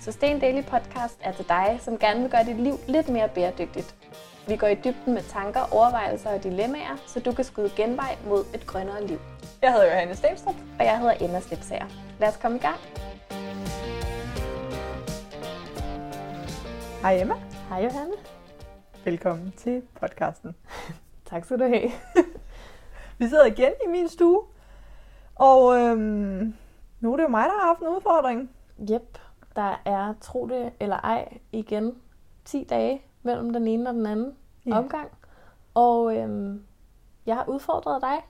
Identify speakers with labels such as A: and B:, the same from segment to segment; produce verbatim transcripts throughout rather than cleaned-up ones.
A: Sustain Daily Podcast er til dig, som gerne vil gøre dit liv lidt mere bæredygtigt. Vi går i dybden med tanker, overvejelser og dilemmaer, så du kan skyde genvej mod et grønnere liv.
B: Jeg hedder Johanne Stenstrup.
A: Og jeg hedder Emma Slipsager. Lad os komme i gang.
B: Hej Emma.
A: Hej Johanne.
B: Velkommen til podcasten.
A: Tak skal du have.
B: Vi sidder igen i min stue, og øhm, nu er det jo mig, der har haft en udfordring.
A: Jep, der er, tro det eller ej, igen ti dage mellem den ene og den anden
B: Ja.
A: omgang. Og øhm, jeg har udfordret dig.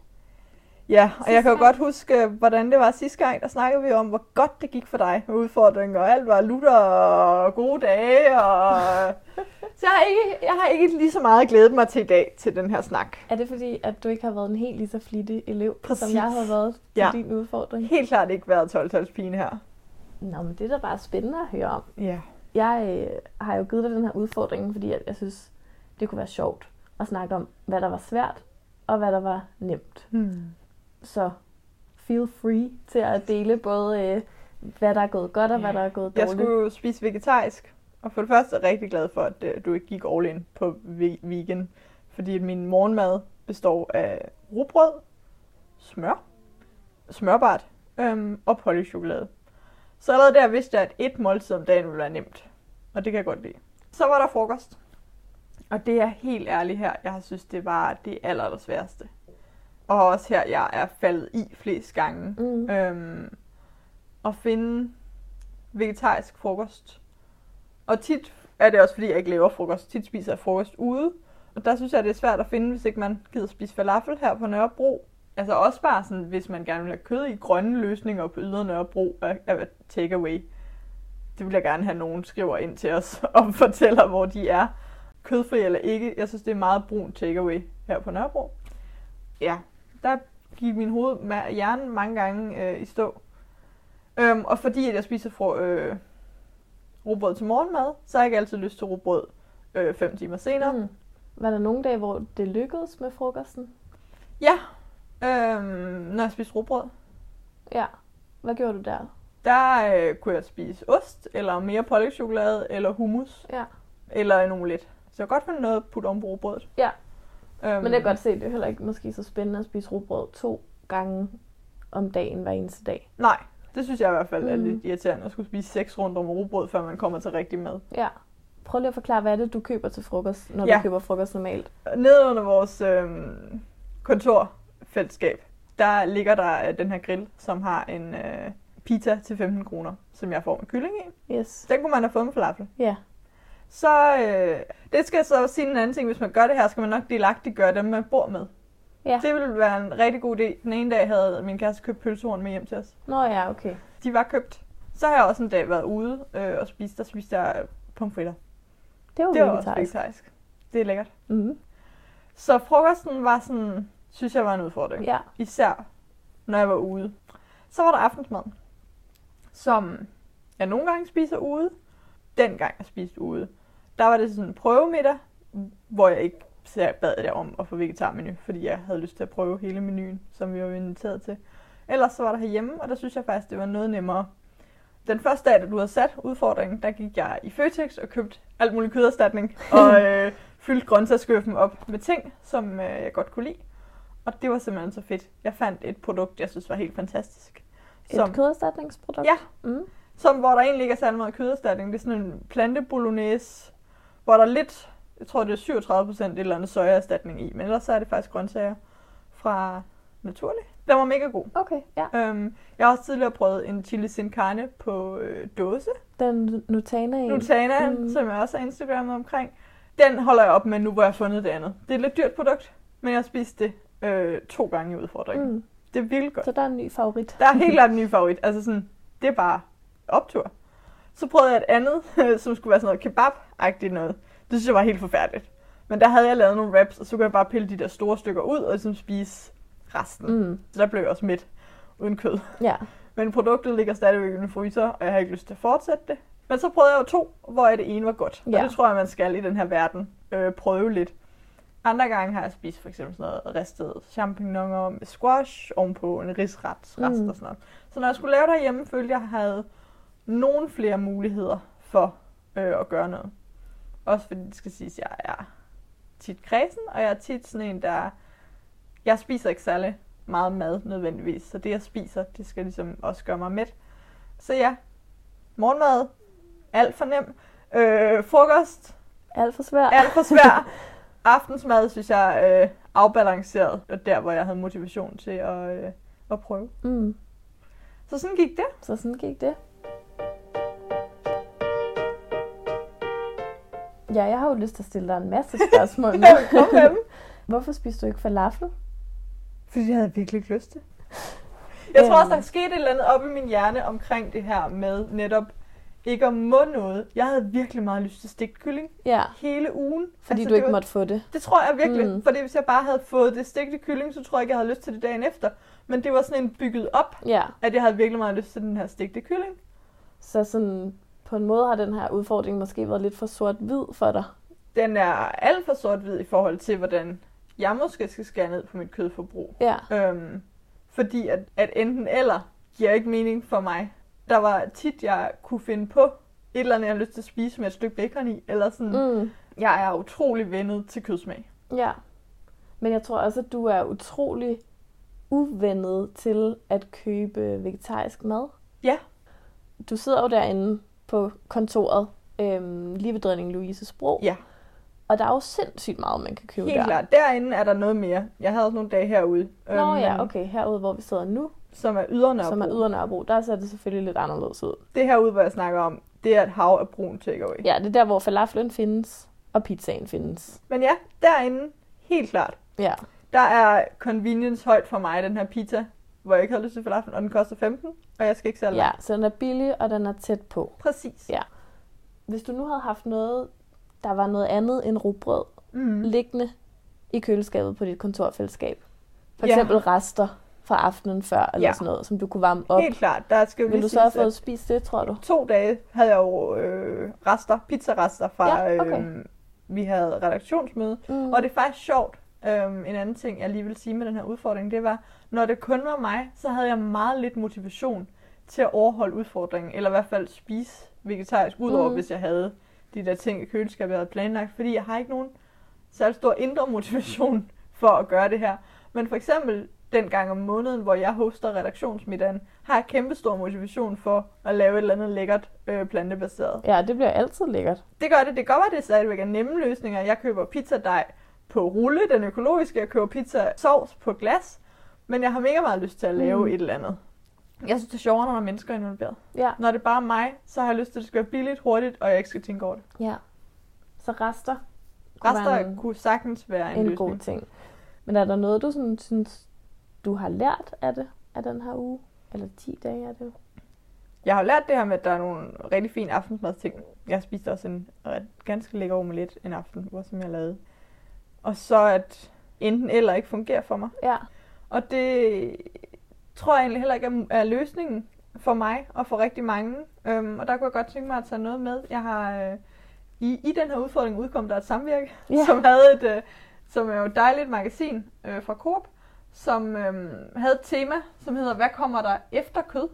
B: Ja, og
A: Sidste
B: jeg kan jo
A: gang.
B: godt huske, hvordan det var sidste gang. Der snakkede vi om, hvor godt det gik for dig med udfordringer, og alt var lutter og gode dage. Og... Så jeg har, ikke, jeg har ikke lige så meget glædet mig til i dag, til den her snak.
A: Er det fordi, at du ikke har været en helt lige så flittig elev,
B: Præcis.
A: som jeg har været til
B: Ja.
A: din udfordring?
B: Helt klart ikke været tolv-talspigen her.
A: Nå, men det er da bare spændende at høre om.
B: Ja.
A: Jeg øh, har jo givet dig den her udfordring, fordi jeg, jeg synes, det kunne være sjovt at snakke om, hvad der var svært, og hvad der var nemt.
B: Hmm.
A: Så feel free til at dele både, øh, hvad der er gået godt, og
B: Ja.
A: hvad der er gået
B: Jeg
A: dårligt.
B: skulle jo spise vegetarisk, og for det første er jeg rigtig glad for, at øh, du ikke gik all in på ve- vegan. Fordi at min morgenmad består af rugbrød, smør, smørbart øhm, og pålægschokolade. Så allerede der vidste jeg, at et måltid om dagen ville være nemt. Og det kan jeg godt lide. Så var der frokost. Og det er helt ærligt her, jeg synes, det var det aller, aller sværeste. Og også her, jeg er faldet i flest gange.
A: Mm.
B: Øhm, at finde vegetarisk frokost. Og tit er det også, fordi jeg ikke laver frokost. Tit spiser jeg frokost ude. Og der synes jeg, det er svært at finde, hvis ikke man gider spise falafel her på Nørrebro. Altså også bare sådan, hvis man gerne vil have kød i grønne løsninger på ydre Nørrebro af, af takeaway. Det vil jeg gerne have, nogen skriver ind til os og fortæller, hvor de er. Kødfri eller ikke. Jeg synes, det er meget brun takeaway her på Nørrebro. Ja, der gik min hoved med hjernen mange gange øh, i stå. Øhm, og fordi at jeg spiser fra, øh, rugbrød til morgenmad, så har jeg ikke altid lyst til rugbrød øh, fem timer senere.
A: Mm. Var der nogle dage, hvor det lykkedes med frokosten?
B: Ja, øhm, når jeg spiste rugbrød,
A: Ja. Hvad gjorde du der?
B: der øh, kunne jeg spise ost, eller mere pålægschokolade, eller hummus,
A: Ja.
B: eller en omelet. Så jeg kan godt finde noget at putte om på rugbrødet.
A: Ja.
B: Øhm,
A: Men jeg kan godt se, det er heller ikke måske så spændende at spise rugbrød to gange om dagen hver eneste dag.
B: Nej, det synes jeg i hvert fald er
A: Mm.
B: lidt irriterende at skulle spise seks runder om rugbrød, før man kommer til rigtig mad.
A: Ja. Prøv lige at forklare, hvad er det, du køber til frokost, når
B: Ja.
A: du køber frokost normalt?
B: Nede under vores øhm, kontorfællesskab, der ligger der øh, den her grill, som har en øh, pizza til femten kroner, som jeg får med kylling i.
A: Yes.
B: Den kunne man have fået med falafel.
A: Ja.
B: Så øh, det skal så sige en anden ting, hvis man gør det her, skal man nok delagtigt gøre dem, man bor med.
A: Ja.
B: Det ville være en rigtig god idé. Den ene dag havde min kæreste købt pølsehorn med hjem til os.
A: Nå ja, okay.
B: De var købt. Så har jeg også en dag været ude øh, og spist. Der spiste jeg pomfritter.
A: Det var
B: Det var også
A: vegetarisk.
B: vegetarisk. Det er lækkert.
A: Mm.
B: Så frokosten var sådan, synes jeg var en udfordring.
A: Ja.
B: Især når jeg var ude. Så var der aftensmad, som jeg nogle gange spiser ude. Dengang jeg spiste ude, der var det sådan en prøvemiddag, hvor jeg ikke bad jer om at få vegetarmenu, fordi jeg havde lyst til at prøve hele menuen, som vi var inviteret til. Ellers så var der herhjemme, og der synes jeg faktisk, det var noget nemmere. Den første dag, da du havde sat udfordringen, der gik jeg i Føtex og købte alt muligt køderstatning, og øh, fyldte grøntsagskøffen op med ting, som øh, jeg godt kunne lide. Og det var simpelthen så fedt. Jeg fandt et produkt, jeg synes var helt fantastisk.
A: Et køderstatningsprodukt?
B: Ja,
A: Mm.
B: som, hvor der egentlig ikke er særlig meget køderstatning. Det er sådan en plante bolognese, hvor der er lidt, jeg tror det er syvogtredive procent et eller andet sojaerstatning i, men ellers så er det faktisk grøntsager fra Naturlig. Den var mega god.
A: Okay, ja.
B: Øhm, jeg har også tidligere prøvet en chili sin carne på øh, dåse.
A: Den Nutana en.
B: Nutana,
A: Mm.
B: mm. som jeg også har Instagrammet omkring. Den holder jeg op med nu, hvor jeg har fundet det andet. Det er et lidt dyrt produkt, men jeg har spist det øh, to gange i udfordringen.
A: Mm.
B: Det er vildt godt.
A: Så der er en ny favorit.
B: Der er helt klart en ny favorit. Altså sådan, det er bare optur. Så prøvede jeg et andet, som skulle være sådan noget kebab-agtigt noget. Det synes jeg var helt forfærdeligt. Men der havde jeg lavet nogle wraps, og så kunne jeg bare pille de der store stykker ud, og ligesom spise resten.
A: Mm.
B: Så der blev jeg også midt uden kød.
A: Ja.
B: Men produktet ligger stadigvæk i min fryser, og jeg har ikke lyst til at fortsætte det. Men så prøvede jeg jo to, hvor det ene var godt.
A: Ja.
B: Og det tror jeg, man skal i den her verden øh, prøve lidt. Andre gange har jeg spist for eksempel sådan noget ristet champignoner med squash ovenpå en risret rest
A: Mm.
B: og sådan noget. Så når jeg skulle lave derhjemme, følte jeg, at jeg havde nogle flere muligheder for øh, at gøre noget. Også fordi det skal siges, at jeg er tit kredsen, og jeg er tit sådan en, der... Jeg spiser ikke særlig meget mad nødvendigvis, så det jeg spiser, det skal ligesom også gøre mig mæt. Så ja, morgenmad, alt for nem. Øh, frokost,
A: alt for svær.
B: Alt for svær. Aftensmad, synes jeg, øh, afbalanceret, og der, hvor jeg havde motivation til at, øh, at prøve.
A: Mm.
B: Så sådan gik det.
A: Så sådan gik det. Ja, jeg har jo lyst til at stille dig en masse spørgsmål nu.
B: Kom med dem.
A: Hvorfor spiser du ikke falafel?
B: Fordi jeg havde virkelig ikke lyst til. Jeg tror også, der er sket et eller andet op i min hjerne omkring det her med netop ikke at må noget. Jeg havde virkelig meget lyst til stegt kylling
A: ja.
B: hele ugen.
A: Fordi altså, du ikke var... måtte få det?
B: Det tror jeg virkelig. Mm. Fordi hvis jeg bare havde fået det stegte kylling, så tror jeg ikke, jeg havde lyst til det dagen efter. Men det var sådan en bygget op,
A: ja.
B: at jeg havde virkelig meget lyst til den her stegte kylling.
A: Så sådan, på en måde har den her udfordring måske været lidt for sort-hvid for dig?
B: Den er alt for sort-hvid i forhold til, hvordan jeg måske skal skære ned på mit kødforbrug.
A: Ja.
B: Øhm, fordi at, at enten eller giver ikke mening for mig. Der var tit, jeg kunne finde på et eller andet, jeg har lyst til at spise med et stykke bacon i. Eller sådan. Mm. Jeg er utrolig vendet til kødsmag.
A: Ja. Men jeg tror også, at du er utrolig uvendet til at købe vegetarisk mad.
B: Ja.
A: Du sidder jo derinde på kontoret, øhm, lige ved Dronning Louises Bro.
B: Ja.
A: Og der er jo sindssygt meget, man kan købe
B: Helt
A: der.
B: Helt klart. Derinde er der noget mere. Jeg havde også nogle dage herude.
A: Nå øhm, ja, okay. Herude, hvor vi sidder nu.
B: Som er Ydre Nørrebro.
A: Som er Ydre Nørrebro. Der ser det selvfølgelig lidt anderledes ud.
B: Det herude, hvor jeg snakker om, det er et hav af brun takeaway.
A: Ja, det er der, hvor falaflen findes, og pizzaen findes.
B: Men ja, derinde, helt klart.
A: Ja.
B: Der er convenience højt for mig, den her pizza, hvor jeg ikke havde lyst til falafel, og den koster femten, og jeg skal ikke sælge.
A: Ja, så den er billig, og den er tæt på.
B: Præcis.
A: Ja. Hvis du nu havde haft noget, der var noget andet end rugbrød, mm. liggende i køleskabet på dit kontorfællesskab. For
B: ja.
A: eksempel rester fra aftenen før, eller ja. sådan noget, som du kunne varme op.
B: Helt klart. Der skal jo
A: Vil du så have fået spist det, tror du?
B: To dage havde jeg jo øh, rester, pizzarester fra,
A: ja, okay.
B: øh, vi havde redaktionsmøde. Mm. Og det er faktisk sjovt. Øh, en anden ting, jeg lige vil sige med den her udfordring, det var, når det kun var mig, så havde jeg meget lidt motivation til at overholde udfordringen, eller i hvert fald spise vegetarisk, udover mm. hvis jeg havde de der ting i køleskabet, jeg havde planlagt, fordi jeg har ikke nogen særlig stor indre motivation for at gøre det her. Men for eksempel den gang om måneden, hvor jeg hoster redaktionsmiddagen, har jeg kæmpe stor motivation for at lave et eller andet lækkert øh, plantebaseret.
A: Ja, det bliver altid lækkert.
B: Det gør det. Det kan godt være, det stadigvæk er nemme løsninger. Jeg køber pizzadej på rulle, den økologiske. Jeg køber pizzasauce på glas. Men jeg har mega meget lyst til at lave mm. et eller andet. Jeg synes, det er sjovere, når der er mennesker involveret.
A: Ja. Når
B: det er bare mig, så har jeg lyst til, at det skal være billigt, hurtigt, og jeg ikke skal tænke over det.
A: Ja. Så rester?
B: Rester en, kunne sagtens være en,
A: en
B: løsning.
A: god ting. Men er der noget, du sådan, synes, du har lært af det, af den her uge? Eller ti dage er det?
B: Jeg har lært det her med, at der er nogle rigtig fine aftensmadsting. Jeg spiste også en ganske lækker omelet en aften, hvor som jeg lavede. Og så at enten eller ikke fungerer for mig.
A: Ja.
B: Og det tror jeg egentlig heller ikke er løsningen for mig og for rigtig mange. Øhm, og der kunne jeg godt tænke mig at tage noget med. Jeg har øh, i, i den her udfordring udkom der et samvirke, yeah. som havde et, øh, som er jo et dejligt magasin øh, fra Coop, som øh, havde et tema, som hedder, hvad kommer der efter kød?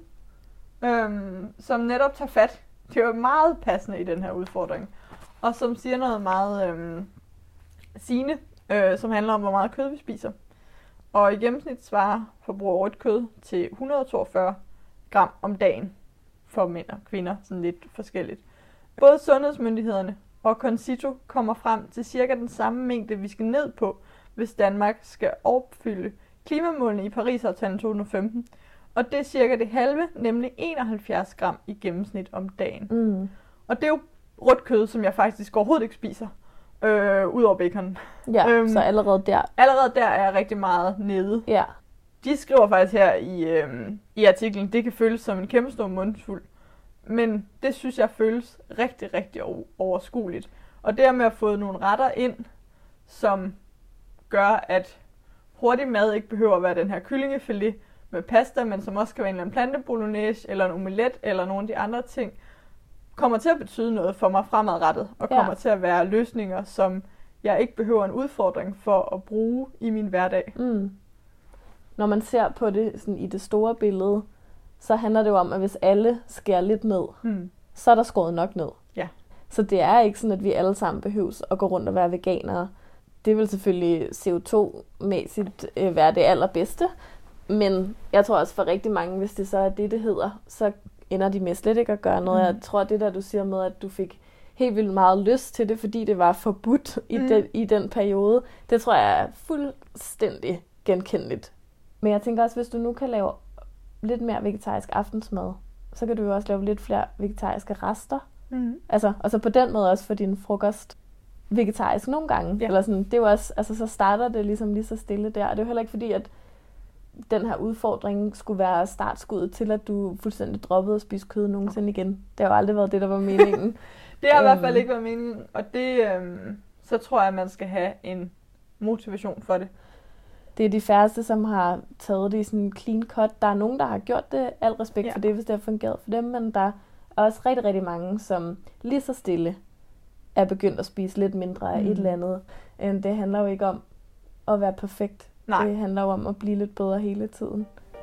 B: Øhm, som netop tager fat. Det var meget passende i den her udfordring. Og som siger noget meget øh, sigende, øh, som handler om, hvor meget kød vi spiser. Og i gennemsnit svarer forbruger rødt kød til et hundrede og toogfyrre gram om dagen for mænd og kvinder, sådan lidt forskelligt. Både sundhedsmyndighederne og Concito kommer frem til cirka den samme mængde, vi skal ned på, hvis Danmark skal opfylde klimamålene i Paris-aftalen to tusind og femten. Og det er cirka det halve, nemlig enoghalvfjerds gram i gennemsnit om dagen.
A: Mm.
B: Og det er jo rødt kød, som jeg faktisk overhovedet ikke spiser. Øh, Udover bacon.
A: Ja, øhm, så allerede der.
B: Allerede der er jeg rigtig meget nede.
A: Ja.
B: De skriver faktisk her i, øhm, i artiklen, det kan føles som en kæmpe stor mundfuld. Men det synes jeg føles rigtig, rigtig overskueligt. Og det med at få nogle retter ind, som gør, at hurtig mad ikke behøver at være den her kyllingefilet med pasta, men som også kan være en eller anden plantebolognese, eller en omelet, eller nogle af de andre ting, kommer til at betyde noget for mig fremadrettet, og kommer ja. til at være løsninger, som jeg ikke behøver en udfordring for at bruge i min hverdag.
A: Mm. Når man ser på det sådan i det store billede, så handler det jo om, at hvis alle skærer lidt ned,
B: Hmm.
A: så er der skåret nok ned.
B: Ja.
A: Så det er ikke sådan, at vi alle sammen behøves at gå rundt og være veganere. Det vil selvfølgelig C O to-mæssigt øh, være det allerbedste, men jeg tror også for rigtig mange, hvis det så er det, det hedder, så ender de med slet ikke at gøre noget. Mm. Jeg tror, det der, du siger med, at du fik helt vildt meget lyst til det, fordi det var forbudt i, mm. den, i den periode, det tror jeg er fuldstændig genkendeligt. Men jeg tænker også, hvis du nu kan lave lidt mere vegetarisk aftensmad, så kan du jo også lave lidt flere vegetariske rester. Mm. Altså, og så på den måde også få din frokost vegetarisk nogle gange. Ja. Eller sådan, det er jo også, altså, så starter det ligesom lige så stille der. Og det er jo heller ikke fordi, at den her udfordring skulle være startskuddet til, at du fuldstændig droppede at spise kød nogensinde igen. Det har jo aldrig været det, der var meningen.
B: Det har i hvert fald ikke været meningen, og det, øhm, så tror jeg, at man skal have en motivation for det.
A: Det er de færreste, som har taget det i sådan en clean cut. Der er nogen, der har gjort det. Al respekt ja. for det, hvis det har fungeret for dem, men der er også rigtig, rigtig mange, som lige så stille er begyndt at spise lidt mindre af mm. et eller andet. Det handler jo ikke om at være perfekt. Nej. Det handler jo om at blive lidt bedre hele tiden.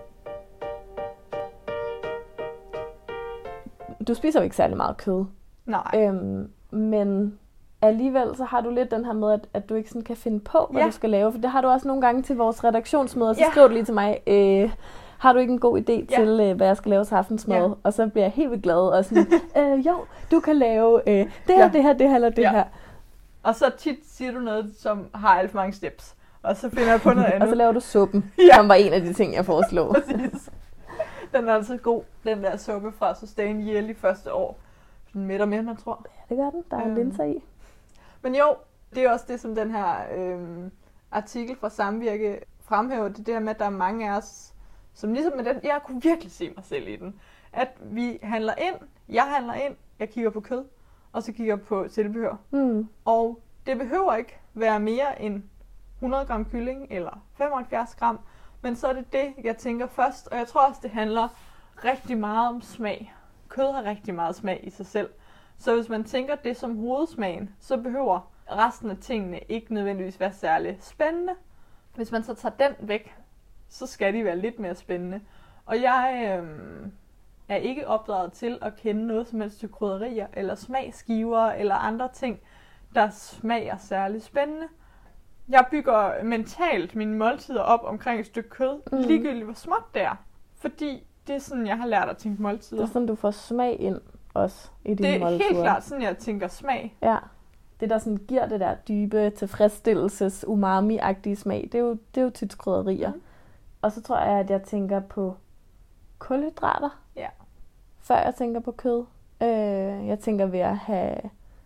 A: Du spiser jo ikke særlig meget kød.
B: Nej.
A: Øhm, men alligevel så har du lidt den her med, at, at du ikke sådan kan finde på, hvad ja. du skal lave. For det har du også nogle gange til vores redaktionsmøder. Så ja. skriver du lige til mig, øh, har du ikke en god idé ja. til, øh, hvad jeg skal lave til aftensmad? Ja. Og så bliver jeg helt vildt glad og sådan, øh, jo, du kan lave øh, det her, ja. det her, det her eller det ja. her.
B: Og så tit siger du noget, som har alt for mange steps. Og så finder jeg på noget andet.
A: Og så laver du suppen, ja. som var en af de ting, jeg foreslog.
B: Præcis. Den er altså god, den der suppe fra Sustain Yearly første år. Den mætter mere, man tror.
A: Ja, det gør den. Der er øhm. linser i.
B: Men jo, det er også det, som den her øhm, artikel fra Samvirke fremhæver. Det der med, at der er mange af os, som ligesom med den, jeg kunne virkelig se mig selv i den. At vi handler ind, jeg handler ind, jeg kigger på kød, og så kigger på tilbehør. Mm. Og det behøver ikke være mere end hundrede gram kylling eller femoghalvfjerds gram, men så er det det, jeg tænker først. Og jeg tror også, det handler rigtig meget om smag. Kød har rigtig meget smag i sig selv. Så hvis man tænker det som hovedsmagen, så behøver resten af tingene ikke nødvendigvis være særlig spændende. Hvis man så tager den væk, så skal de være lidt mere spændende. Og jeg øh, er ikke opdraget til at kende noget som helst til krydderier, eller smagsgiver, eller andre ting, der smager særlig spændende. Jeg bygger mentalt mine måltider op omkring et stykke kød, mm. ligegyldigt hvor småt det er. Fordi det er sådan, jeg har lært at tænke måltider.
A: Det er sådan, du får smag ind også i dine måltider.
B: Det er helt klart sådan, jeg tænker smag.
A: Ja. Det, der sådan giver det der dybe tilfredsstillelses, umami-agtige smag, det er jo, det er jo tit krydderier. Mm. Og så tror jeg, at jeg tænker på kulhydrater,
B: ja.
A: før jeg tænker på kød. Øh, jeg tænker ved at have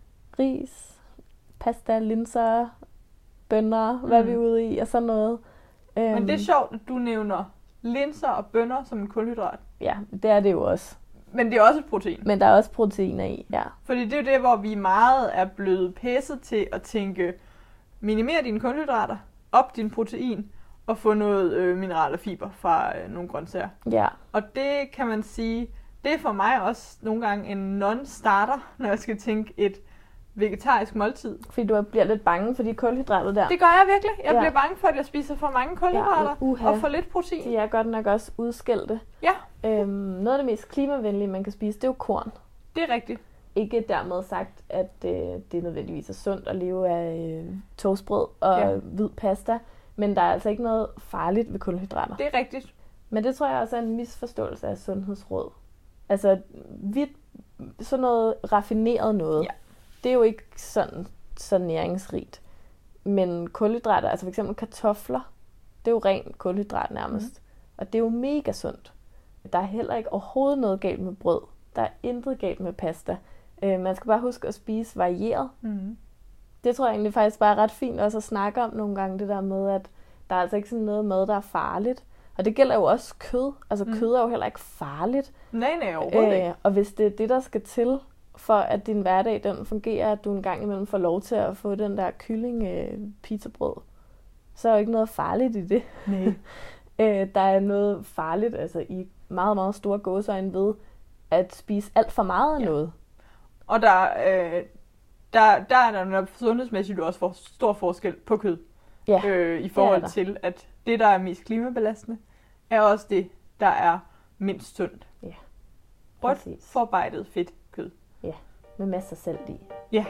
A: ris, pasta, linser, bønner, mm. hvad vi er ude i, og sådan noget.
B: Men det er sjovt, at du nævner linser og bønner som en kulhydrat.
A: Ja, det er det jo også.
B: Men det er også et protein.
A: Men der er også proteiner i, ja.
B: Fordi det er jo det, hvor vi meget er blevet pæsset til at tænke, minimere dine kulhydrater, op din protein, og få noget øh, mineral og fiber fra øh, nogle grøntsager.
A: Ja.
B: Og det kan man sige, det er for mig også nogle gange en non-starter, når jeg skal tænke et vegetarisk måltid.
A: Fordi du bliver lidt bange for de kulhydrater der.
B: Det gør jeg virkelig. Jeg ja. bliver bange for, at jeg spiser for mange kulhydrater ja, og for lidt protein.
A: De er godt nok også udskældte.
B: Ja.
A: Øhm, noget af det mest klimavenlige, man kan spise, det er jo korn.
B: Det er rigtigt.
A: Ikke dermed sagt, at øh, det nødvendigvis er sundt at leve af øh, toastbrød og ja. hvid pasta, men der er altså ikke noget farligt ved kulhydrater.
B: Det er rigtigt.
A: Men det tror jeg også er en misforståelse af sundhedsråd. Altså, vi, sådan noget raffineret noget, ja. det er jo ikke sådan, så næringsrigt. Men kulhydrater, altså for eksempel kartofler, det er jo ren kulhydrat nærmest. Mm. Og det er jo mega sundt. Der er heller ikke overhovedet noget galt med brød. Der er intet galt med pasta. Øh, man skal bare huske at spise varieret. Mm. Det tror jeg egentlig faktisk bare er ret fint også at snakke om nogle gange, det der med, at der er altså ikke sådan noget mad, der er farligt. Og det gælder jo også kød. Altså mm. kød er jo heller ikke farligt.
B: Nej, nej, overhovedet ikke.
A: Øh, og hvis det er det, der skal til, for at din hverdag den fungerer, at du en gang imellem får lov til at få den der kylling øh, pizzabrød, så er jo ikke noget farligt i det.
B: Nej.
A: øh, der er noget farligt, altså i meget, meget store gåseøjne ved at spise alt for meget af ja. noget.
B: Og der, øh, der, der er der noget sundhedsmæssigt også for stor forskel på kød.
A: Ja,
B: øh, I forhold til, at det, der er mest klimabelastende, er også det, der er mindst sundt.
A: Ja,
B: Rødt,
A: præcis.
B: forarbejdet fedt kød.
A: Ja, med masser af salt i.
B: Ja.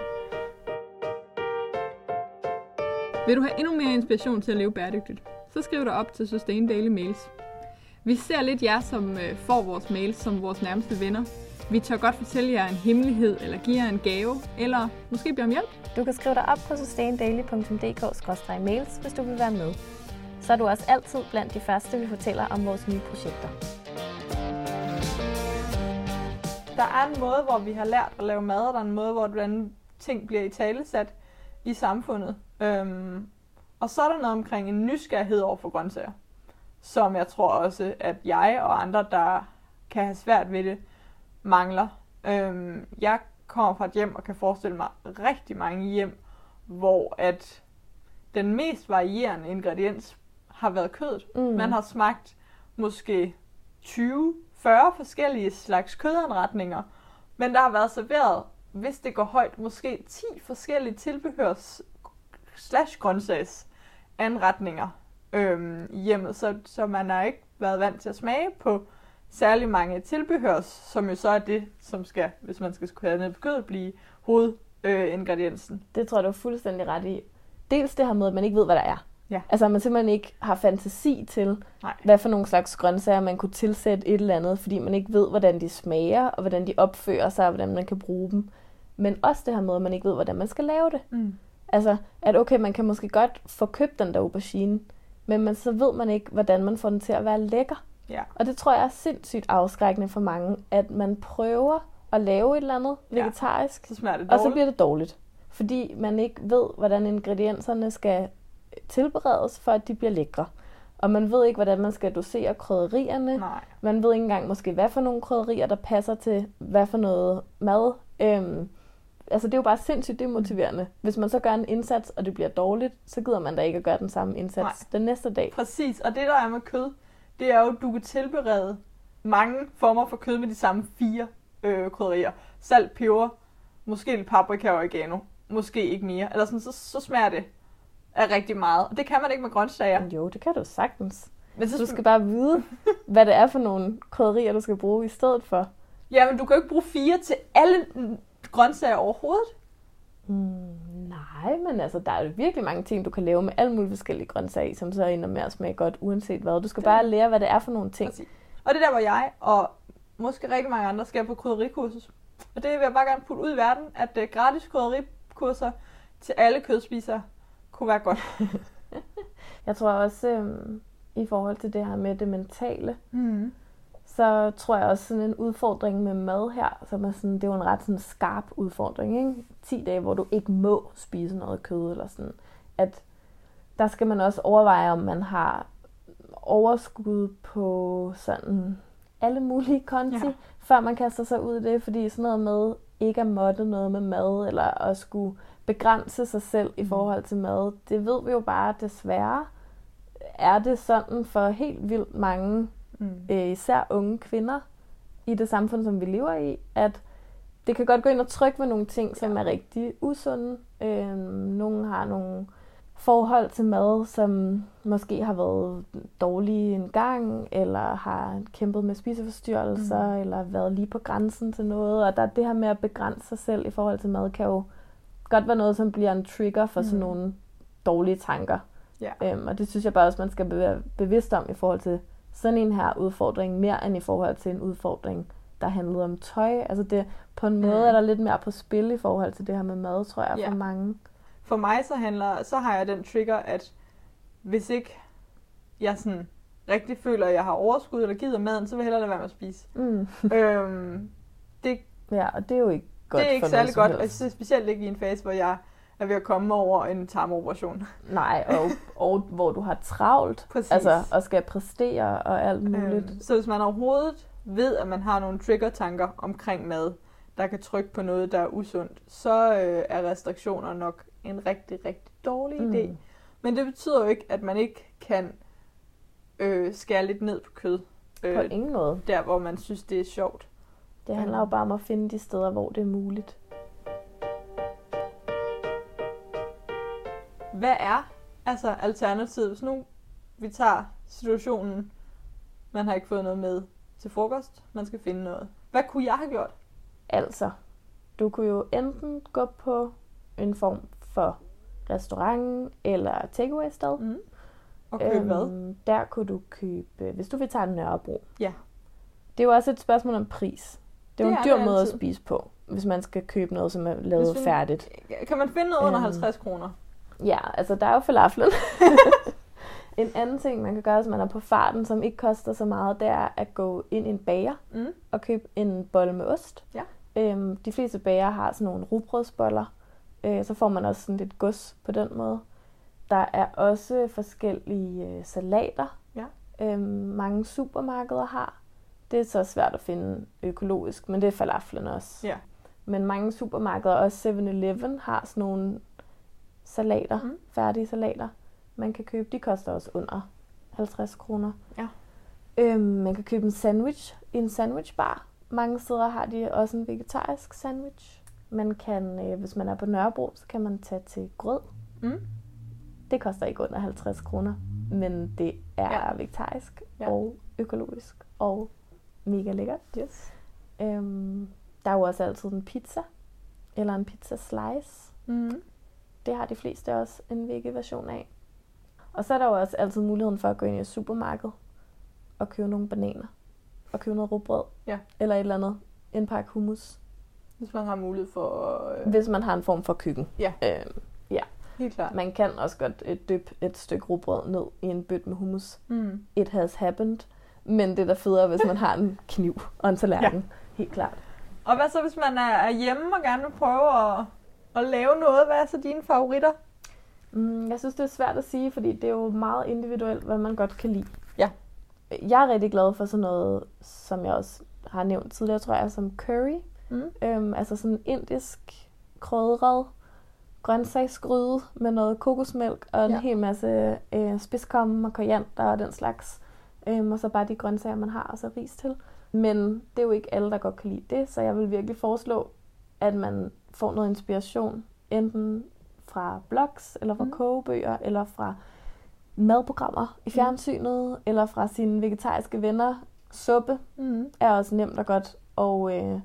C: Vil du have endnu mere inspiration til at leve bæredygtigt, så skriv dig op til Sustain Daily Mails. Vi ser lidt jer, som får vores mails, som vores nærmeste venner. Vi tør godt fortælle jer en hemmelighed, eller give jer en gave, eller måske bede om hjælp.
A: Du kan skrive dig op på sustaindaily punktum d k skråstreg mails, hvis du vil være med. Så er du også altid blandt de første, vi fortæller om vores nye projekter.
B: Der er en måde, hvor vi har lært at lave mad, og der er en måde, hvor hvordan ting bliver italesat i samfundet. Øhm, og så er der noget omkring en nysgerrighed over for grøntsager, som jeg tror også, at jeg og andre, der kan have svært ved det, mangler. Øhm, jeg kommer fra et hjem og kan forestille mig rigtig mange hjem, hvor at den mest varierende ingrediens har været kødet. Mm. Man har smagt måske tyve fyrre forskellige slags kødanretninger, men der har været serveret, hvis det går højt, måske ti forskellige tilbehørs slash grøntsags anretninger øhm, i hjemmet, så, så man har ikke været vant til at smage på særlig mange tilbehørs, som jo så er det, som skal, hvis man skal kunne have ned på kødet, blive hovedingrediensen. Øh,
A: det tror jeg, du er fuldstændig ret i. Dels det her med, at man ikke ved, hvad der er.
B: Ja.
A: Altså, man simpelthen ikke har fantasi til,
B: Nej.
A: hvad for nogle slags grøntsager man kunne tilsætte et eller andet, fordi man ikke ved, hvordan de smager, og hvordan de opfører sig, og hvordan man kan bruge dem. Men også det her med, at man ikke ved, hvordan man skal lave det.
B: Mm.
A: Altså, at okay, man kan måske godt få købt den der aubergine, men man, så ved man ikke, hvordan man får den til at være lækker.
B: Ja.
A: Og det tror jeg er sindssygt afskrækkende for mange, at man prøver at lave et eller andet
B: ja.
A: vegetarisk,
B: så smager det
A: og
B: dårligt.
A: så bliver det dårligt. Fordi man ikke ved, hvordan ingredienserne skal tilberedes, for at de bliver lækre. Og man ved ikke, hvordan man skal dosere krydderierne.
B: Nej.
A: Man ved ikke engang måske, hvad for nogle krydderier, der passer til hvad for noget mad. Øhm, altså det er jo bare sindssygt demotiverende. Hvis man så gør en indsats, og det bliver dårligt, så gider man da ikke at gøre den samme indsats Nej. den næste dag.
B: Præcis, og det der er med kød, det er jo, at du kan tilberede mange former for kød med de samme fire øh, krydderier. Salt, peber, måske lidt paprika og oregano. Måske ikke mere. Eller sådan, så, så smager det af rigtig meget. Og det kan man ikke med grøntsager.
A: Jo, det kan du sagtens.
B: Men så
A: du skal bare vide, hvad det er for nogle krydderier, du skal bruge i stedet for.
B: Ja, men du kan jo ikke bruge fire til alle grøntsager overhovedet.
A: Mm, nej, men altså, der er jo virkelig mange ting, du kan lave med alle mulige forskellige grøntsager, som så ender med at smage godt, uanset hvad. Du skal det. bare lære, hvad det er for nogle ting.
B: Præcis. Og det der, hvor jeg og måske rigtig mange andre skal på krydderikursus. Og det vil jeg bare gerne putte ud i verden, at uh, gratis krydderikurser til alle kødspisere kunne være godt.
A: Jeg tror også, øhm, i forhold til det her med det mentale,
B: mm.
A: så tror jeg også sådan en udfordring med mad her, som er sådan, det er jo en ret sådan skarp udfordring, ikke? ti dage, hvor du ikke må spise noget kød, eller sådan, at der skal man også overveje, om man har overskud på sådan alle mulige konti, ja. før man kaster sig ud i det, fordi sådan noget med ikke at måtte noget med mad, eller at skulle begrænse sig selv i forhold til mad, det ved vi jo bare desværre, er det sådan for helt vildt mange, mm. øh, især unge kvinder, i det samfund, som vi lever i, at det kan godt gå ind og trykke ved nogle ting, som ja. er rigtig usunde. Øh, nogle har nogle forhold til mad, som måske har været dårlige en gang, eller har kæmpet med spiseforstyrrelser, mm. eller været lige på grænsen til noget. Og der er det her med at begrænse sig selv i forhold til mad, kan jo godt være noget, som bliver en trigger for mm. sådan nogle dårlige tanker.
B: Ja.
A: Øhm, og det synes jeg bare også, man skal være bevidst om i forhold til sådan en her udfordring, mere end i forhold til en udfordring, der handlede om tøj. Altså det, på en måde mm. er der lidt mere på spil i forhold til det her med mad, tror jeg,
B: ja.
A: for mange.
B: For mig så handler, så har jeg den trigger, at hvis ikke jeg sådan rigtig føler, at jeg har overskud eller gider maden, så vil jeg hellere lade være med at spise. Mm. øhm, det,
A: ja, og det er jo ikke godt.
B: Det er ikke
A: for
B: særlig godt, og
A: helst.
B: Specielt ikke i en fase, hvor jeg er ved at komme over en tarmoperation.
A: Nej, og, og hvor du har travlt,
B: Præcis.
A: altså, og skal præstere og alt muligt.
B: Øhm, så hvis man overhovedet ved, at man har nogle trigger-tanker omkring mad, der kan trykke på noget, der er usundt, så øh, er restriktioner nok en rigtig, rigtig dårlig mm. idé. Men det betyder jo ikke, at man ikke kan øh, skære lidt ned på kød.
A: Øh, på ingen måde.
B: Der, hvor man synes, det er sjovt.
A: Det handler jo bare om at finde de steder, hvor det er muligt.
B: Hvad er altså alternativet? Hvis nu vi tager situationen, man har ikke fået noget med til frokost. Man skal finde noget. Hvad kunne jeg have gjort?
A: Altså, du kunne jo enten gå på en form for restaurant eller takeaway-sted.
B: Mm. Og købe øhm, hvad?
A: Der kunne du købe, hvis du vil tage en Nørrebro.
B: Ja.
A: Det er jo også et spørgsmål om pris. Det er jo
B: det
A: en dyr måde
B: altid.
A: at spise på, hvis man skal købe noget, som er lavet
B: vi,
A: færdigt.
B: Kan man finde noget under
A: øhm,
B: halvtreds kroner?
A: Ja, altså der er jo falaflen. En anden ting, man kan gøre, hvis man er på farten, som ikke koster så meget, det er at gå ind i en bager
B: mm.
A: og købe en bolle med ost.
B: Ja.
A: Øhm, de fleste bager har sådan nogle rugbrødsboller. Øh, så får man også sådan lidt gods på den måde. Der er også forskellige øh, salater.
B: Ja.
A: Øhm, mange supermarkeder har. Det er så svært at finde økologisk, men det er falaflen også.
B: Ja.
A: Men mange supermarkeder, også seven eleven, har sådan nogle salater, mm. færdige salater, man kan købe. De koster også under halvtreds kroner.
B: Ja.
A: Øhm, man kan købe en sandwich i en sandwichbar. Mange steder har de også en vegetarisk sandwich. Man kan, øh, hvis man er på Nørrebro, så kan man tage til Grød.
B: Mm.
A: Det koster ikke under halvtreds kroner, men det er
B: ja.
A: vegetarisk
B: ja.
A: og økologisk og mega lækkert.
B: Yes.
A: Øhm, der er jo også altid en pizza, eller en pizza slice.
B: Mm.
A: Det har de fleste også en veggie-version af. Og så er der jo også altid muligheden for at gå ind i et supermarked og købe nogle bananer. Og købe noget rugbrød.
B: Ja.
A: Eller et eller andet. En pakke hummus.
B: Hvis man har mulighed for... Øh...
A: Hvis man har en form for køkken.
B: Ja.
A: Øhm, ja.
B: Helt klart.
A: Man kan også godt øh, dyppe et stykke rugbrød ned i en bøtte med hummus.
B: Mm.
A: It has happened. Men det er da federe, hvis man har en kniv og en tallerken. Ja. Helt klart.
B: Og hvad så, hvis man er hjemme og gerne vil prøve at, at lave noget? Hvad er så dine favoritter?
A: Mm, jeg synes, det er svært at sige, fordi det er jo meget individuelt, hvad man godt kan lide.
B: Ja.
A: Jeg er rigtig glad for sådan noget, som jeg også har nævnt tidligere, tror jeg, som curry.
B: Mm.
A: Øhm, altså sådan indisk krydret grøntsagsgryde med noget kokosmælk og en
B: ja.
A: hel masse øh, spidskommen og koriander og den slags. Øhm, og så bare de grøntsager, man har, og så ris til. Men det er jo ikke alle, der godt kan lide det, så jeg vil virkelig foreslå, at man får noget inspiration, enten fra blogs, eller fra mm. kogebøger, eller fra madprogrammer i fjernsynet, mm. eller fra sine vegetariske venner. Suppe
B: mm.
A: er også nemt og godt, og øh,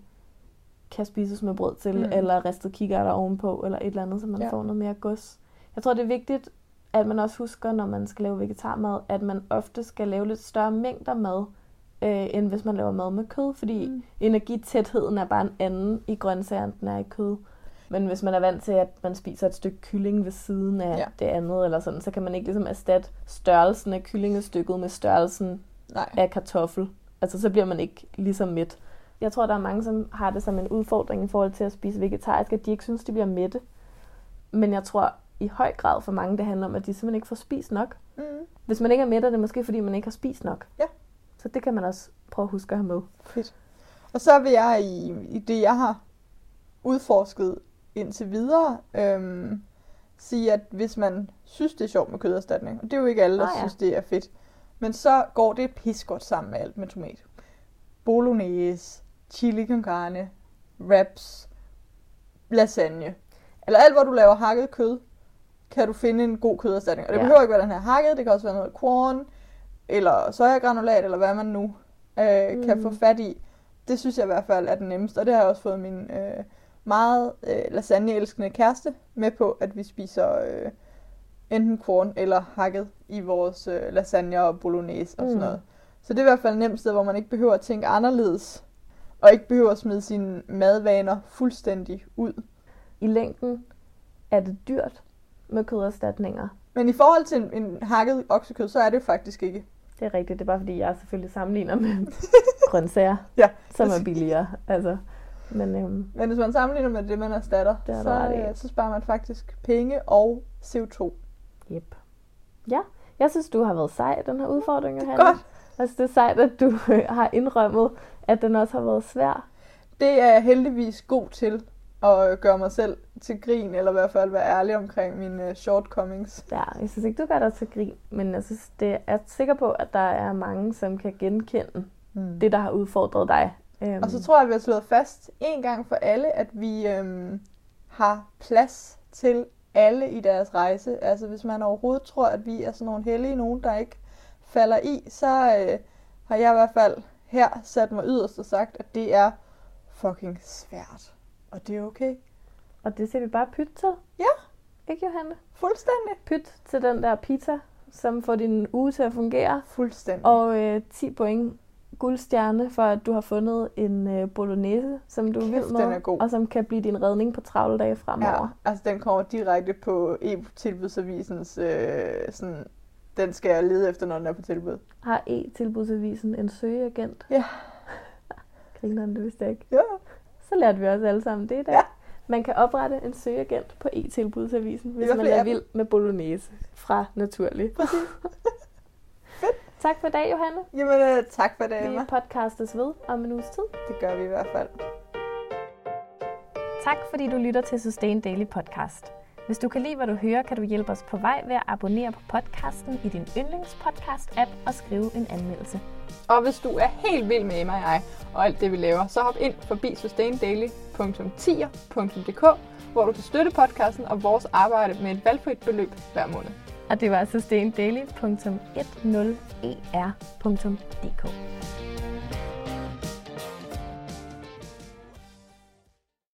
A: kan spises med brød til, mm. eller ristet kikærter ovenpå, eller et eller andet, så man ja. får noget mere gods. Jeg tror, det er vigtigt, at man også husker, når man skal lave vegetarmad, at man ofte skal lave lidt større mængder mad, øh, end hvis man laver mad med kød, fordi mm. energitætheden er bare en anden i grøntsager, end den er i kød. Men hvis man er vant til, at man spiser et stykke kylling ved siden af ja. det andet, eller sådan, så kan man ikke ligesom erstatte størrelsen af kyllingelstykket med størrelsen
B: Nej.
A: af kartoffel. Altså, så bliver man ikke ligesom mæt. Jeg tror, der er mange, som har det som en udfordring i forhold til at spise vegetarisk, at de ikke synes, de bliver mætte. Men jeg tror i høj grad for mange, det handler om, at de simpelthen ikke får spist nok.
B: Mm.
A: Hvis man ikke er mæt, er det måske, fordi man ikke har spist nok.
B: Ja.
A: Så det kan man også prøve at huske at have med.
B: Fedt. Og så vil jeg i, i det, jeg har udforsket indtil videre, øhm, sige, at hvis man synes, det er sjovt med køderstatning, og det er jo ikke alle, der ah, ja. synes, det er fedt, men så går det pis godt sammen med alt med tomat. Bolognese, chili con carne, wraps, lasagne. Eller alt, hvor du laver hakket kød, kan du finde en god køderstatning. Og det ja. behøver ikke være den her hakket, det kan også være noget corn, eller sojagranulat, eller hvad man nu øh, mm. kan få fat i. Det synes jeg i hvert fald er den nemmeste, og det har jeg også fået min øh, meget øh, lasagne-elskende kæreste med på, at vi spiser øh, enten corn eller hakket i vores øh, lasagne og bolognese og sådan mm. noget. Så det er i hvert fald et nemt sted, hvor man ikke behøver at tænke anderledes, og ikke behøver at smide sine madvaner fuldstændig ud.
A: I længden er det dyrt med køderstatninger.
B: Men i forhold til en, en hakket oksekød, så er det faktisk ikke.
A: Det er rigtigt. Det er bare fordi, jeg selvfølgelig sammenligner med grøntsager,
B: ja,
A: som er billigere. Altså, men, øhm,
B: men hvis man sammenligner med det, man erstatter,
A: det
B: så, øh, så sparer man faktisk penge og C O to.
A: Yep. Ja, jeg synes, du har været sej, den her udfordring, Johanne.
B: Godt.
A: Jeg synes, det er sejt, at du har indrømmet, at den også har været svær.
B: Det er jeg heldigvis god til. Og gøre mig selv til grin, eller i hvert fald være ærlig omkring mine shortcomings.
A: Ja, jeg synes ikke, du gør dig til grin, men jeg synes, det er sikker på, at der er mange, som kan genkende mm. det, der har udfordret dig.
B: Og så tror jeg, at vi har slået fast en gang for alle, at vi øhm, har plads til alle i deres rejse. Altså hvis man overhovedet tror, at vi er sådan nogle heldige nogen, der ikke falder i, så øh, har jeg i hvert fald her sat mig yderst og sagt, at det er fucking svært. Og det er okay.
A: Og det ser vi bare pyt til.
B: Ja.
A: Ikke, Johanne?
B: Fuldstændig.
A: Pyt til den der pizza, som får din uge til at fungere.
B: Fuldstændig.
A: Og øh, ti point guldstjerne for, at du har fundet en øh, bolognese, som du er vild med.
B: Den er god.
A: Og som kan blive din redning på travle dage fremover.
B: Ja, altså den kommer direkte på e-tilbudsavisens, øh, sådan, den skal jeg lede efter, når den er på tilbud.
A: Har e-tilbudsavisen en søgeagent?
B: Ja.
A: Griner det vidste jeg ikke.
B: Ja.
A: Så lærte vi også alle sammen det i dag.
B: Ja.
A: Man kan oprette en søgeagent på e-tilbudsavisen, hvis
B: I hvert
A: man
B: fald
A: er
B: appen.
A: vild med bolognese fra Naturlig.
B: Præcis. Fedt.
A: Tak for i dag, Johanne.
B: Jamen, øh, tak for det,
A: Vi
B: Emma.
A: podcastes ved om en uges tid.
B: Det gør vi i hvert fald.
A: Tak fordi du lytter til Sustain Daily Podcast. Hvis du kan lide, hvad du hører, kan du hjælpe os på vej ved at abonnere på podcasten i din yndlingspodcast-app og skrive en anmeldelse.
C: Og hvis du er helt vild med Emma og jeg og alt det, vi laver, så hop ind forbi sustain daily punktum tier punktum d k, hvor du kan støtte podcasten og vores arbejde med et valgfrit beløb hver måned.
A: Og det var sustain daily punktum ti e r punktum d k.